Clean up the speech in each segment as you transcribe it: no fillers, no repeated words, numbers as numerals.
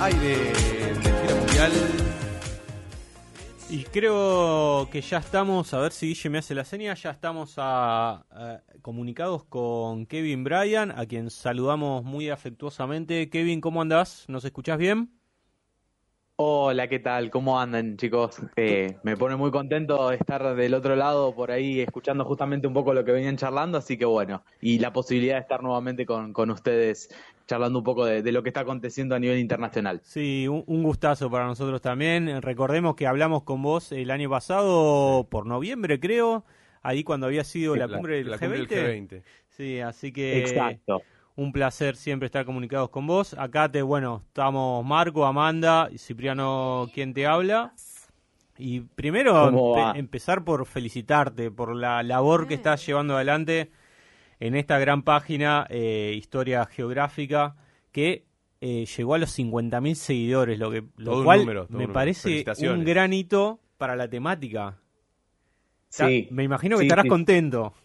aire de gira mundial. Y creo que ya estamos, a ver si Guille me hace la seña, ya estamos comunicados con Kevin Bryan, a quien saludamos muy afectuosamente. Kevin, ¿cómo andás? ¿Nos escuchás bien? Hola, ¿qué tal? ¿Cómo andan, chicos? Me pone muy contento estar del otro lado por ahí escuchando justamente un poco lo que venían charlando, así que bueno, y la posibilidad de estar nuevamente con ustedes charlando un poco de lo que está aconteciendo a nivel internacional. Sí, un gustazo para nosotros también. Recordemos que hablamos con vos el año pasado, por noviembre creo, ahí cuando había sido Sí, la cumbre del la G20. cumbre del G20. Sí, así que Exacto. un placer siempre estar comunicados con vos. Acá estamos Marco, Amanda y Cipriano, quien te habla. Y primero ¿Cómo va? empezar por felicitarte por la labor que estás llevando adelante en esta gran página, Historia Geográfica, que llegó a los 50.000 seguidores, lo Todo cual un número, me parece un felicitaciones. gran hito para la temática. Sí, Me imagino que sí, estarás sí. contento.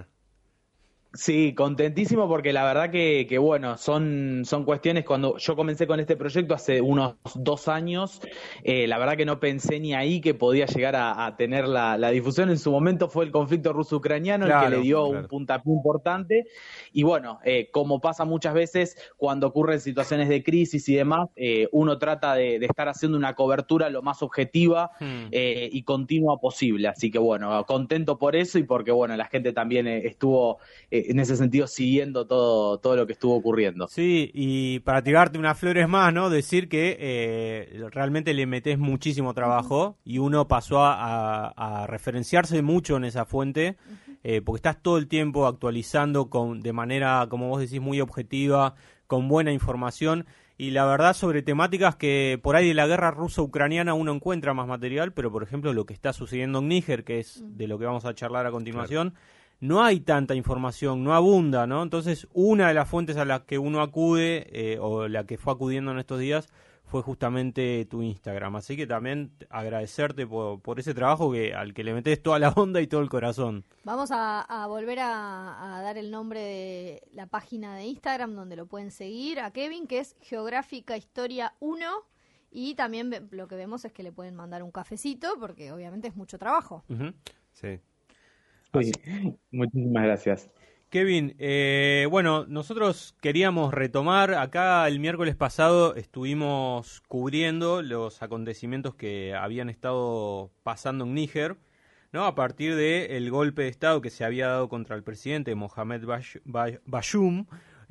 Sí, contentísimo porque la verdad que bueno, son cuestiones. Cuando yo comencé con este proyecto hace unos 2 años, la verdad que no pensé ni ahí que podía llegar a tener la difusión. En su momento fue el conflicto ruso-ucraniano el que le Claro. dio un puntapié importante. Y bueno, como pasa muchas veces cuando ocurren situaciones de crisis y demás, uno trata de estar haciendo una cobertura lo más objetiva y continua posible. Así que bueno, contento por eso y porque bueno, la gente también estuvo en ese sentido siguiendo todo lo que estuvo ocurriendo. Sí, y para tirarte unas flores más, ¿no? Decir que realmente le metés muchísimo trabajo y uno pasó a referenciarse mucho en esa fuente, porque estás todo el tiempo actualizando de manera, como vos decís, muy objetiva, con buena información. Y la verdad, sobre temáticas que por ahí de la guerra ruso-ucraniana uno encuentra más material, pero por ejemplo lo que está sucediendo en Níger, que es de lo que vamos a charlar a continuación, no hay tanta información, no abunda, ¿no? Entonces, una de las fuentes a las que uno acude, o la que fue acudiendo en estos días, fue justamente tu Instagram. Así que también agradecerte por ese trabajo al que le metes toda la onda y todo el corazón. Vamos a volver a dar el nombre de la página de Instagram donde lo pueden seguir a Kevin, que es Geográfica Historia 1. Y también lo que vemos es que le pueden mandar un cafecito, porque obviamente es mucho trabajo. Sí. Sí, muchísimas gracias. Kevin, bueno, nosotros queríamos retomar, acá el miércoles pasado estuvimos cubriendo los acontecimientos que habían estado pasando en Níger, ¿no? A partir del golpe de Estado que se había dado contra el presidente Mohamed Bayoum,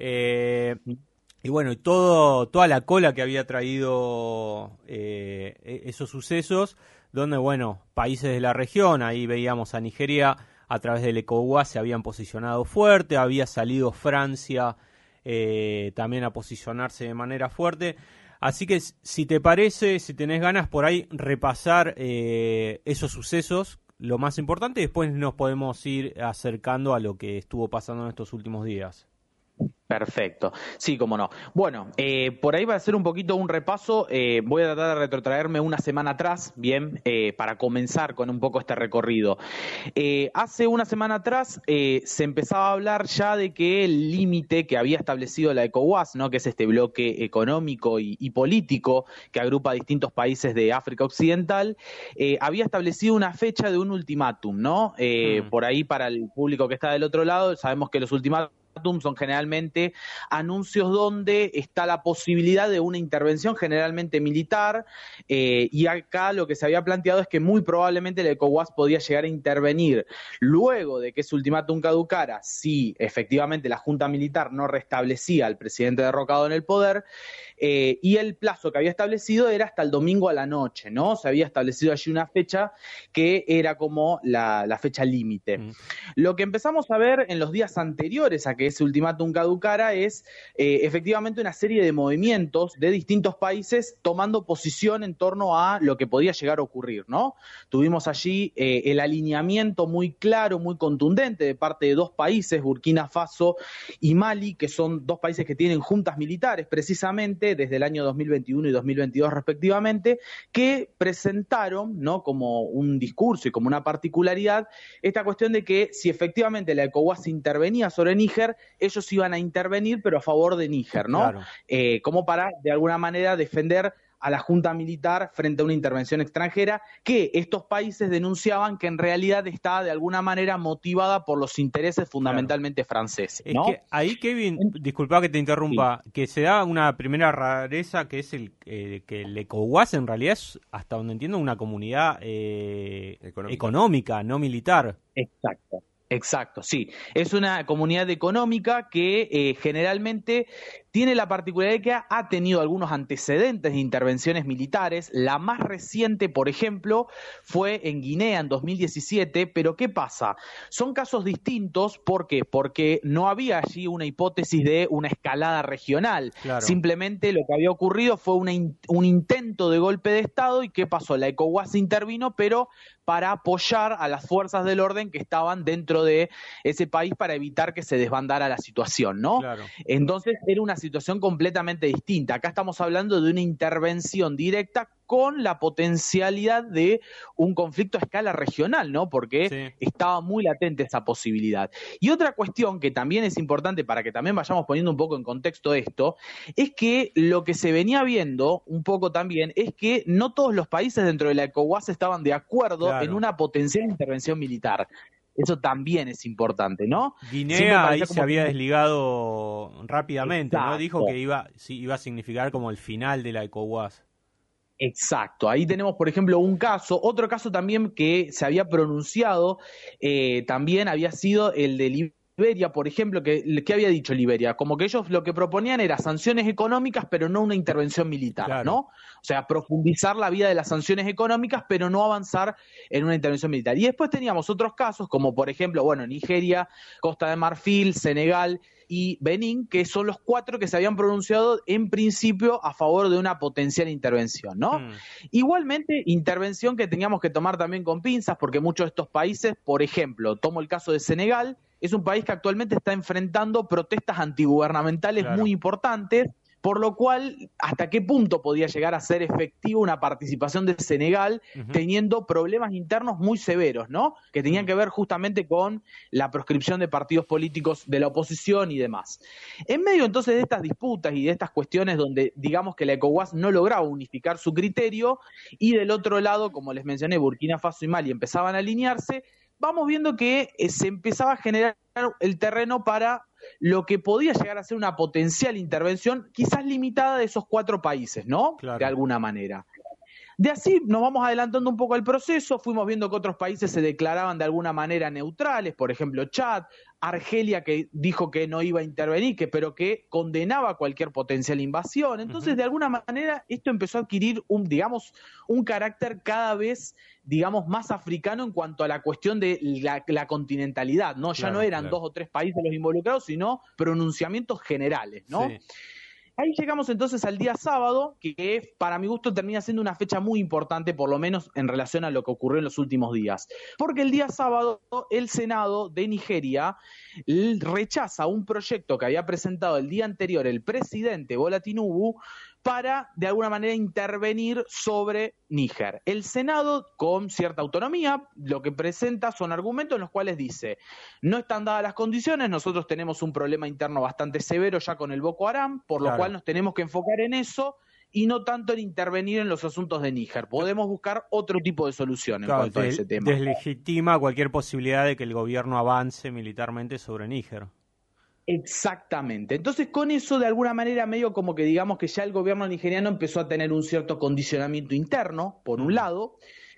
y bueno, y toda la cola que había traído esos sucesos, donde, bueno, países de la región, ahí veíamos a Nigeria, a través del ECOWAS se habían posicionado fuerte, había salido Francia también a posicionarse de manera fuerte. Así que si te parece, si tenés ganas por ahí repasar esos sucesos, lo más importante, después nos podemos ir acercando a lo que estuvo pasando en estos últimos días. Perfecto, sí, cómo no. Bueno, por ahí va a ser un poquito un repaso. Voy a tratar de retrotraerme una semana atrás, bien, para comenzar con un poco este recorrido. Hace una semana atrás se empezaba a hablar ya de que el límite que había establecido la ECOWAS, ¿no? Que es este bloque económico y político que agrupa a distintos países de África Occidental, había establecido una fecha de un ultimátum, ¿no? Por ahí para el público que está del otro lado, sabemos que los ultimátum son generalmente anuncios donde está la posibilidad de una intervención generalmente militar, y acá lo que se había planteado es que muy probablemente la ECOWAS podía llegar a intervenir luego de que ese ultimátum caducara si efectivamente la junta militar no restablecía al presidente derrocado en el poder, y el plazo que había establecido era hasta el domingo a la noche, ¿no? Se había establecido allí una fecha que era como la fecha límite. Lo que empezamos a ver en los días anteriores a que ese ultimátum caducara es efectivamente una serie de movimientos de distintos países tomando posición en torno a lo que podía llegar a ocurrir, ¿no? Tuvimos allí el alineamiento muy claro, muy contundente de parte de dos países, Burkina Faso y Mali, que son dos países que tienen juntas militares precisamente desde el año 2021 y 2022 respectivamente, que presentaron, ¿no? Como un discurso y como una particularidad esta cuestión de que si efectivamente la ECOWAS intervenía sobre Níger, Níger, ellos iban a intervenir, pero a favor de Níger, ¿no? Claro. Como para, de alguna manera, defender a la junta militar frente a una intervención extranjera que estos países denunciaban que en realidad estaba de alguna manera motivada por los intereses fundamentalmente franceses, ¿no? Es que ahí, Kevin, disculpa que te interrumpa, sí, que se da una primera rareza que es que el ECOWAS en realidad es, hasta donde entiendo, una comunidad económica, no militar. Exacto, sí. Es una comunidad económica que generalmente tiene la particularidad de que ha tenido algunos antecedentes de intervenciones militares. La más reciente, por ejemplo, fue en Guinea en 2017, pero ¿qué pasa? Son casos distintos, ¿por qué? Porque no había allí una hipótesis de una escalada regional. Claro. Simplemente lo que había ocurrido fue un intento de golpe de Estado, y ¿qué pasó? La ECOWAS intervino, pero para apoyar a las fuerzas del orden que estaban dentro de ese país para evitar que se desbandara la situación, ¿no? Claro. Entonces era una situación completamente distinta. Acá estamos hablando de una intervención directa con la potencialidad de un conflicto a escala regional, ¿no? Porque estaba muy latente esa posibilidad. Y otra cuestión que también es importante para que también vayamos poniendo un poco en contexto esto, es que lo que se venía viendo un poco también es que no todos los países dentro de la ECOWAS estaban de acuerdo en una potencial intervención militar. Eso también es importante, ¿no? Guinea ahí se había desligado rápidamente, Exacto. ¿no? Dijo que iba a significar como el final de la ECOWAS. Exacto, ahí tenemos por ejemplo un caso, otro caso también que se había pronunciado, también había sido el de Liberia, por ejemplo, ¿qué había dicho Liberia? Como que ellos lo que proponían era sanciones económicas, pero no una intervención militar, claro, ¿no? O sea, profundizar la vía de las sanciones económicas, pero no avanzar en una intervención militar. Y después teníamos otros casos, como por ejemplo, bueno, Nigeria, Costa de Marfil, Senegal y Benín, que son los 4 que se habían pronunciado en principio a favor de una potencial intervención, ¿no? Igualmente, intervención que teníamos que tomar también con pinzas, porque muchos de estos países, por ejemplo, tomo el caso de Senegal, es un país que actualmente está enfrentando protestas antigubernamentales muy importantes, por lo cual, ¿hasta qué punto podía llegar a ser efectiva una participación de Senegal teniendo problemas internos muy severos, ¿no? Que tenían que ver justamente con la proscripción de partidos políticos de la oposición y demás. En medio entonces de estas disputas y de estas cuestiones donde digamos que la ECOWAS no lograba unificar su criterio, y del otro lado, como les mencioné, Burkina Faso y Mali empezaban a alinearse, vamos viendo que se empezaba a generar el terreno para lo que podía llegar a ser una potencial intervención, quizás limitada, de esos 4 países, ¿no? Claro. De alguna manera. De así nos vamos adelantando un poco al proceso, fuimos viendo que otros países se declaraban de alguna manera neutrales, por ejemplo Chad, Argelia, que dijo que no iba a intervenir, pero que condenaba cualquier potencial invasión. Entonces, de alguna manera, esto empezó a adquirir un carácter cada vez, más africano en cuanto a la cuestión de la continentalidad, ¿no? Ya no eran 2 o 3 países los involucrados, sino pronunciamientos generales, ¿no? Sí. Ahí llegamos entonces al día sábado, que para mi gusto termina siendo una fecha muy importante, por lo menos en relación a lo que ocurrió en los últimos días. Porque el día sábado el Senado de Nigeria rechaza un proyecto que había presentado el día anterior el presidente Bola Tinubu para, de alguna manera, intervenir sobre Níger. El Senado, con cierta autonomía, lo que presenta son argumentos en los cuales dice: no están dadas las condiciones, nosotros tenemos un problema interno bastante severo ya con el Boko Haram, por lo cual nos tenemos que enfocar en eso y no tanto en intervenir en los asuntos de Níger. Podemos buscar otro tipo de solución en cuanto a ese tema. Deslegitima cualquier posibilidad de que el gobierno avance militarmente sobre Níger. Exactamente. Entonces, con eso, de alguna manera, medio como que digamos que ya el gobierno nigeriano empezó a tener un cierto condicionamiento interno, por un lado,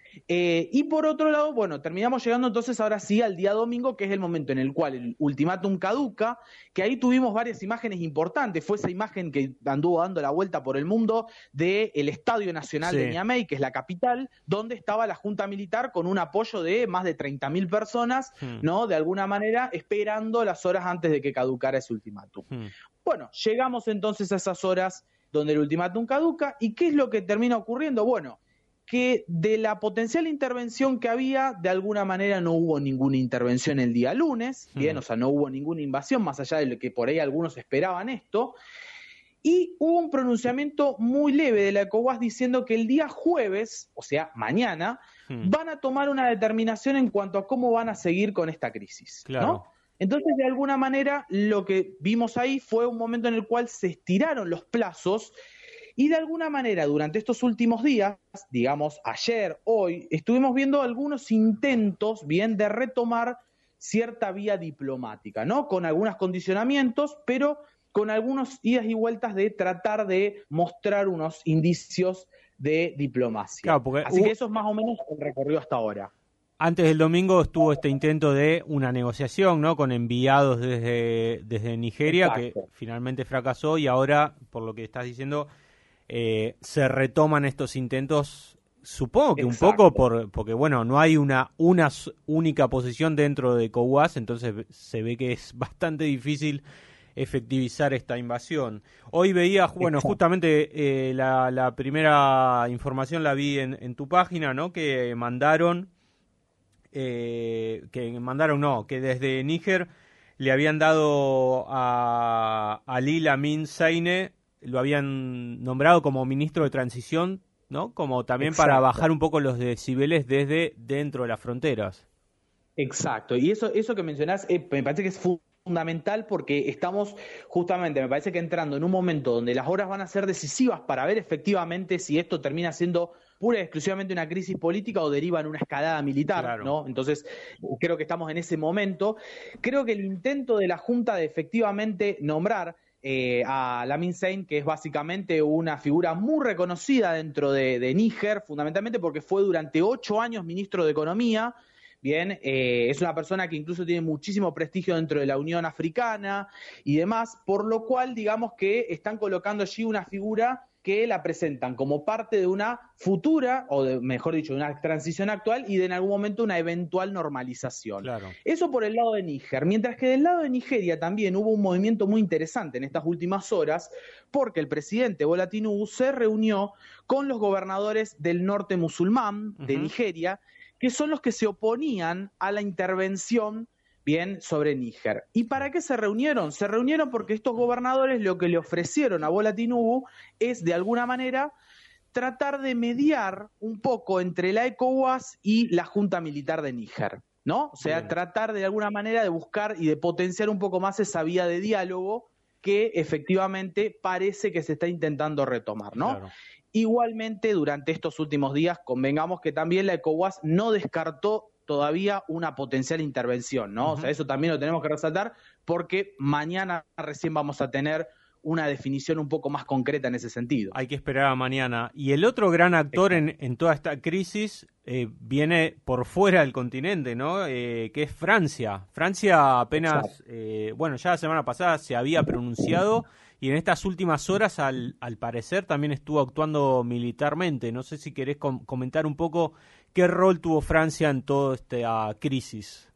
y por otro lado, bueno, terminamos llegando entonces ahora sí al día domingo, que es el momento en el cual el ultimátum caduca, que ahí tuvimos varias imágenes importantes. Fue esa imagen que anduvo dando la vuelta por el mundo del Estadio Nacional de Niamey, que es la capital, donde estaba la Junta Militar con un apoyo de más de 30.000 personas, ¿no? De alguna manera esperando las horas antes de que caducara ese ultimátum. Bueno, llegamos entonces a esas horas donde el ultimátum caduca, ¿y qué es lo que termina ocurriendo? Bueno, que de la potencial intervención que había, de alguna manera no hubo ninguna intervención el día lunes, bien, o sea, no hubo ninguna invasión, más allá de lo que por ahí algunos esperaban esto, y hubo un pronunciamiento muy leve de la ECOWAS diciendo que el día jueves, o sea, mañana, van a tomar una determinación en cuanto a cómo van a seguir con esta crisis, ¿no? Entonces, de alguna manera, lo que vimos ahí fue un momento en el cual se estiraron los plazos y de alguna manera durante estos últimos días, digamos ayer, hoy, estuvimos viendo algunos intentos, bien, de retomar cierta vía diplomática, ¿no? Con algunos condicionamientos, pero con algunos idas y vueltas de tratar de mostrar unos indicios de diplomacia. Claro, porque así que eso es más o menos el recorrido hasta ahora. antes del domingo estuvo este intento de una negociación, ¿no? Con enviados desde Nigeria, Exacto. que finalmente fracasó, y ahora, por lo que estás diciendo, se retoman estos intentos, supongo que Exacto. un poco porque, bueno, no hay una única posición dentro de ECOWAS, entonces se ve que es bastante difícil efectivizar esta invasión. Hoy veía, bueno, Exacto. justamente la primera información la vi en tu página, ¿no? Que mandaron que desde Níger le habían dado a Ali Lamin Zeine, lo habían nombrado como ministro de transición, ¿no? Como también para Exacto. bajar un poco los decibeles desde dentro de las fronteras. Exacto, y eso que mencionás me parece que es fundamental porque estamos justamente, me parece que entrando en un momento donde las horas van a ser decisivas para ver efectivamente si esto termina siendo pura y exclusivamente una crisis política o deriva en una escalada militar, Claro. ¿no? Entonces, creo que estamos en ese momento. Creo que el intento de la Junta de efectivamente nombrar a Lamin Zein, que es básicamente una figura muy reconocida dentro de Níger, fundamentalmente porque fue durante 8 años ministro de Economía. Bien, es una persona que incluso tiene muchísimo prestigio dentro de la Unión Africana y demás, por lo cual digamos que están colocando allí una figura que la presentan como parte de una futura, mejor dicho, de una transición actual y de en algún momento una eventual normalización. Claro. Eso por el lado de Níger, mientras que del lado de Nigeria también hubo un movimiento muy interesante en estas últimas horas, porque el presidente Bola Tinubu se reunió con los gobernadores del norte musulmán de Nigeria, que son los que se oponían a la intervención, bien, sobre Níger. ¿Y para qué se reunieron? Se reunieron porque estos gobernadores lo que le ofrecieron a Bola Tinubu es, de alguna manera, tratar de mediar un poco entre la ECOWAS y la Junta Militar de Níger, ¿no? O sea, tratar de alguna manera de buscar y de potenciar un poco más esa vía de diálogo que efectivamente parece que se está intentando retomar, ¿no? Claro. Igualmente, durante estos últimos días, convengamos que también la ECOWAS no descartó todavía una potencial intervención, ¿no? O sea, eso también lo tenemos que resaltar porque mañana recién vamos a tener una definición un poco más concreta en ese sentido. Hay que esperar a mañana. Y el otro gran actor en toda esta crisis viene por fuera del continente, ¿no? Que es Francia. Francia apenas, bueno, ya la semana pasada se había pronunciado y en estas últimas horas, al parecer, también estuvo actuando militarmente. No sé si querés comentar un poco qué rol tuvo Francia en toda esta crisis.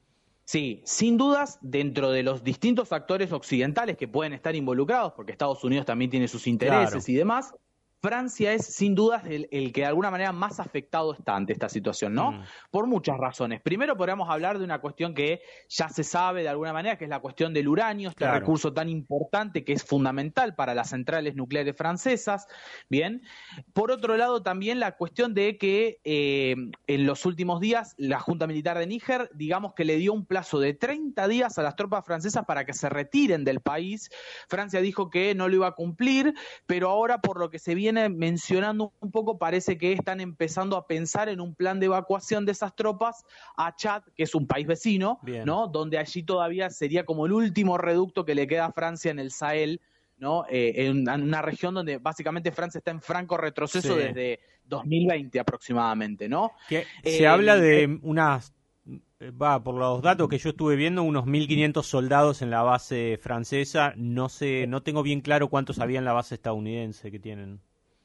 Sí, sin dudas, dentro de los distintos actores occidentales que pueden estar involucrados, porque Estados Unidos también tiene sus intereses y demás, Francia es sin dudas el que de alguna manera más afectado está ante esta situación, ¿no? Por muchas razones. Primero podríamos hablar de una cuestión que ya se sabe de alguna manera, que es la cuestión del uranio, este recurso tan importante que es fundamental para las centrales nucleares francesas, ¿bien? Por otro lado también la cuestión de que en los últimos días la Junta Militar de Níger, digamos que le dio un plazo de 30 días a las tropas francesas para que se retiren del país. Francia dijo que no lo iba a cumplir, pero ahora por lo que se viene mencionando un poco, parece que están empezando a pensar en un plan de evacuación de esas tropas a Chad, que es un país vecino, ¿no? Donde allí todavía sería como el último reducto que le queda a Francia en el Sahel, ¿no? En una región donde básicamente Francia está en franco retroceso desde 2020 aproximadamente, ¿no? Se habla de unas, por los datos que yo estuve viendo, unos 1.500 soldados en la base francesa. No sé, no tengo bien claro cuántos había en la base estadounidense que tienen.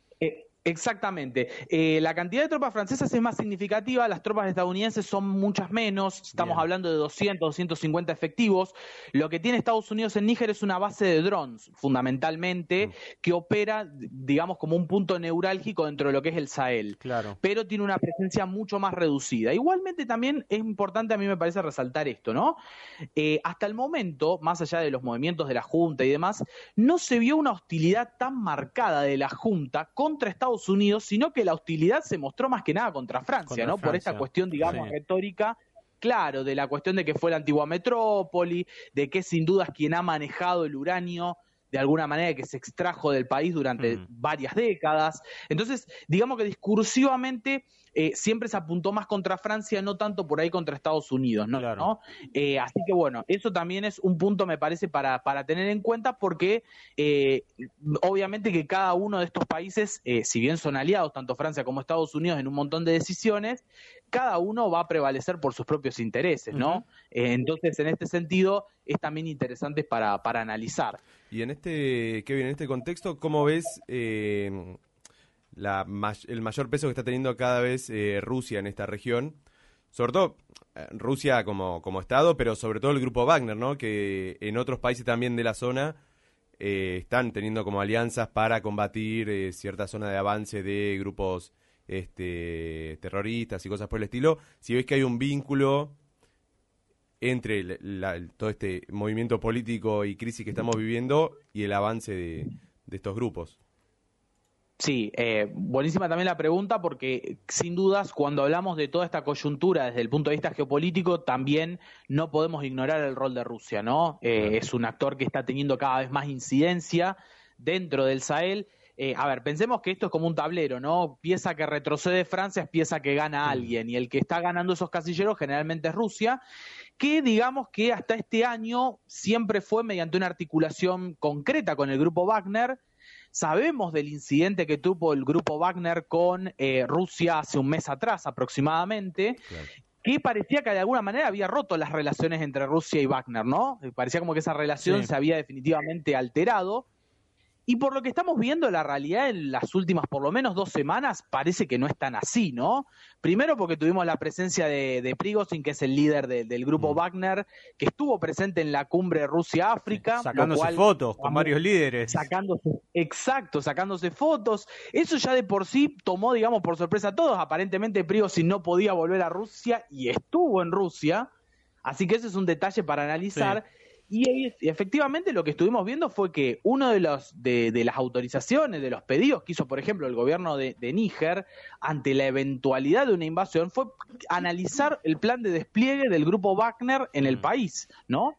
Exactamente. La cantidad de tropas francesas es más significativa, las tropas estadounidenses son muchas menos, estamos hablando de 200, 250 efectivos. Lo que tiene Estados Unidos en Níger es una base de drones, fundamentalmente, que opera, digamos, como un punto neurálgico dentro de lo que es el Sahel. Claro. Pero tiene una presencia mucho más reducida. Igualmente también es importante, a mí me parece, resaltar esto, ¿no? Hasta el momento, más allá de los movimientos de la Junta y demás, no se vio una hostilidad tan marcada de la Junta contra Estados Unidos, sino que la hostilidad se mostró más que nada contra Francia, ¿no? Por esta cuestión, digamos, retórica claro, de la cuestión de que fue la antigua metrópoli, de que sin duda es quien ha manejado el uranio de alguna manera, que se extrajo del país durante varias décadas. Entonces, digamos que discursivamente siempre se apuntó más contra Francia, no tanto por ahí contra Estados Unidos, ¿no? Claro. ¿No? Así que bueno, eso también es un punto, me parece, para tener en cuenta, porque obviamente que cada uno de estos países, si bien son aliados, tanto Francia como Estados Unidos, en un montón de decisiones, cada uno va a prevalecer por sus propios intereses, ¿no? Entonces, en este sentido, es también interesante para analizar. Y Kevin, en este contexto, ¿cómo ves el mayor peso que está teniendo cada vez Rusia en esta región? Sobre todo Rusia como Estado, pero sobre todo el grupo Wagner, ¿no? Que en otros países también de la zona están teniendo como alianzas para combatir cierta zona de avance de grupos terroristas y cosas por el estilo. Si ves que hay un vínculo entre todo este movimiento político y crisis que estamos viviendo y el avance de estos grupos. Sí, buenísima también la pregunta, porque sin dudas cuando hablamos de toda esta coyuntura desde el punto de vista geopolítico, también no podemos ignorar el rol de Rusia, ¿no? Es un actor que está teniendo cada vez más incidencia dentro del Sahel. A ver, pensemos que esto es como un tablero, ¿no? Pieza que retrocede Francia es pieza que gana alguien, y el que está ganando esos casilleros generalmente es Rusia, que digamos que hasta este año siempre fue mediante una articulación concreta con el grupo Wagner. Sabemos del incidente que tuvo el grupo Wagner con Rusia hace un mes atrás aproximadamente, claro, que parecía que de alguna manera había roto las relaciones entre Rusia y Wagner, ¿no? Parecía como que esa relación se había definitivamente alterado. Y por lo que estamos viendo, la realidad en las últimas por lo menos 2 semanas parece que no es tan así, ¿no? Primero porque tuvimos la presencia de Prigozhin, que es el líder del grupo Wagner, que estuvo presente en la cumbre Rusia-África. Sacándose fotos con varios líderes. Sacándose fotos. Eso ya de por sí tomó, digamos, por sorpresa a todos. Aparentemente Prigozhin no podía volver a Rusia y estuvo en Rusia. Así que ese es un detalle para analizar. Sí. Y efectivamente lo que estuvimos viendo fue que uno de las autorizaciones, de los pedidos que hizo, por ejemplo, el gobierno de Níger ante la eventualidad de una invasión fue analizar el plan de despliegue del grupo Wagner en el país, ¿no?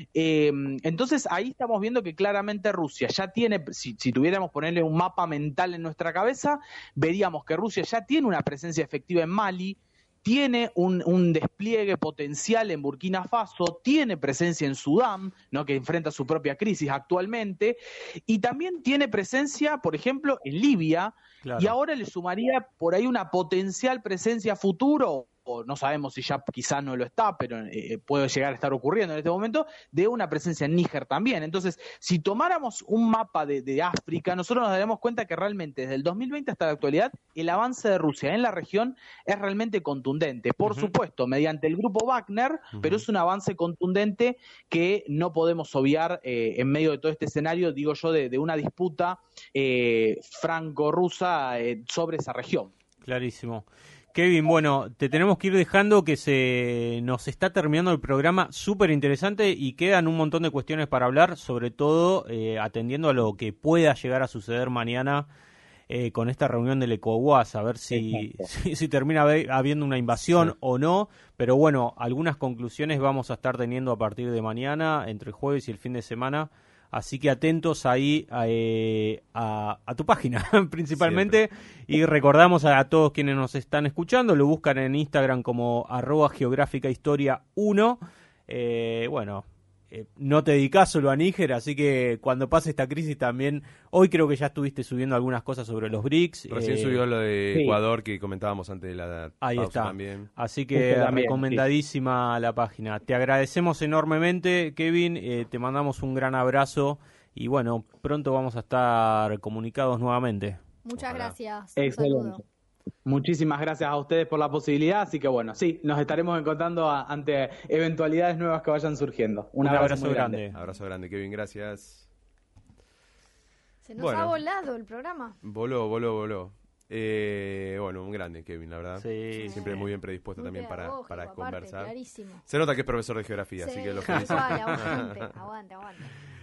Entonces ahí estamos viendo que claramente Rusia ya tiene, si tuviéramos ponerle un mapa mental en nuestra cabeza, veríamos que Rusia ya tiene una presencia efectiva en Mali, tiene un despliegue potencial en Burkina Faso, tiene presencia en Sudán, ¿no?, que enfrenta su propia crisis actualmente, y también tiene presencia, por ejemplo, en Libia, claro, y ahora le sumaría por ahí una potencial presencia futuro, o no sabemos si ya quizás no lo está, pero puede llegar a estar ocurriendo en este momento, de una presencia en Níger también. Entonces, si tomáramos un mapa de África, nosotros nos daremos cuenta que realmente desde el 2020 hasta la actualidad, el avance de Rusia en la región es realmente contundente. Por supuesto, mediante el grupo Wagner, pero es un avance contundente que no podemos obviar en medio de todo este escenario, digo yo, de una disputa franco-rusa sobre esa región. Clarísimo. Kevin, bueno, te tenemos que ir dejando, que se nos está terminando el programa, súper interesante, y quedan un montón de cuestiones para hablar, sobre todo atendiendo a lo que pueda llegar a suceder mañana con esta reunión del ECOWAS, a ver si termina habiendo una invasión o no, pero bueno, algunas conclusiones vamos a estar teniendo a partir de mañana, entre el jueves y el fin de semana. Así que atentos ahí a tu página, principalmente. Siempre. Y recordamos a todos quienes nos están escuchando, lo buscan en Instagram como @geográficahistoria1. Bueno, no te dedicás solo a Níger, así que cuando pase esta crisis también, hoy creo que ya estuviste subiendo algunas cosas sobre los BRICS. Recién subió lo de Ecuador, que comentábamos antes de la ahí pausa está. También. Así que recomendadísima la página. Te agradecemos enormemente, Kevin, te mandamos un gran abrazo y bueno, pronto vamos a estar comunicados nuevamente. Muchas gracias. Excelente. Muchísimas gracias a ustedes por la posibilidad, así que bueno, sí, nos estaremos encontrando ante eventualidades nuevas que vayan surgiendo. Un abrazo muy grande. Abrazo grande, Kevin, gracias. Se nos ha volado el programa. Voló. Bueno, un grande, Kevin, la verdad. Sí. Siempre muy bien predispuesto muy también para aparte, conversar. Clarísimo. Se nota que es profesor de geografía, así que lo felicito. Aguante.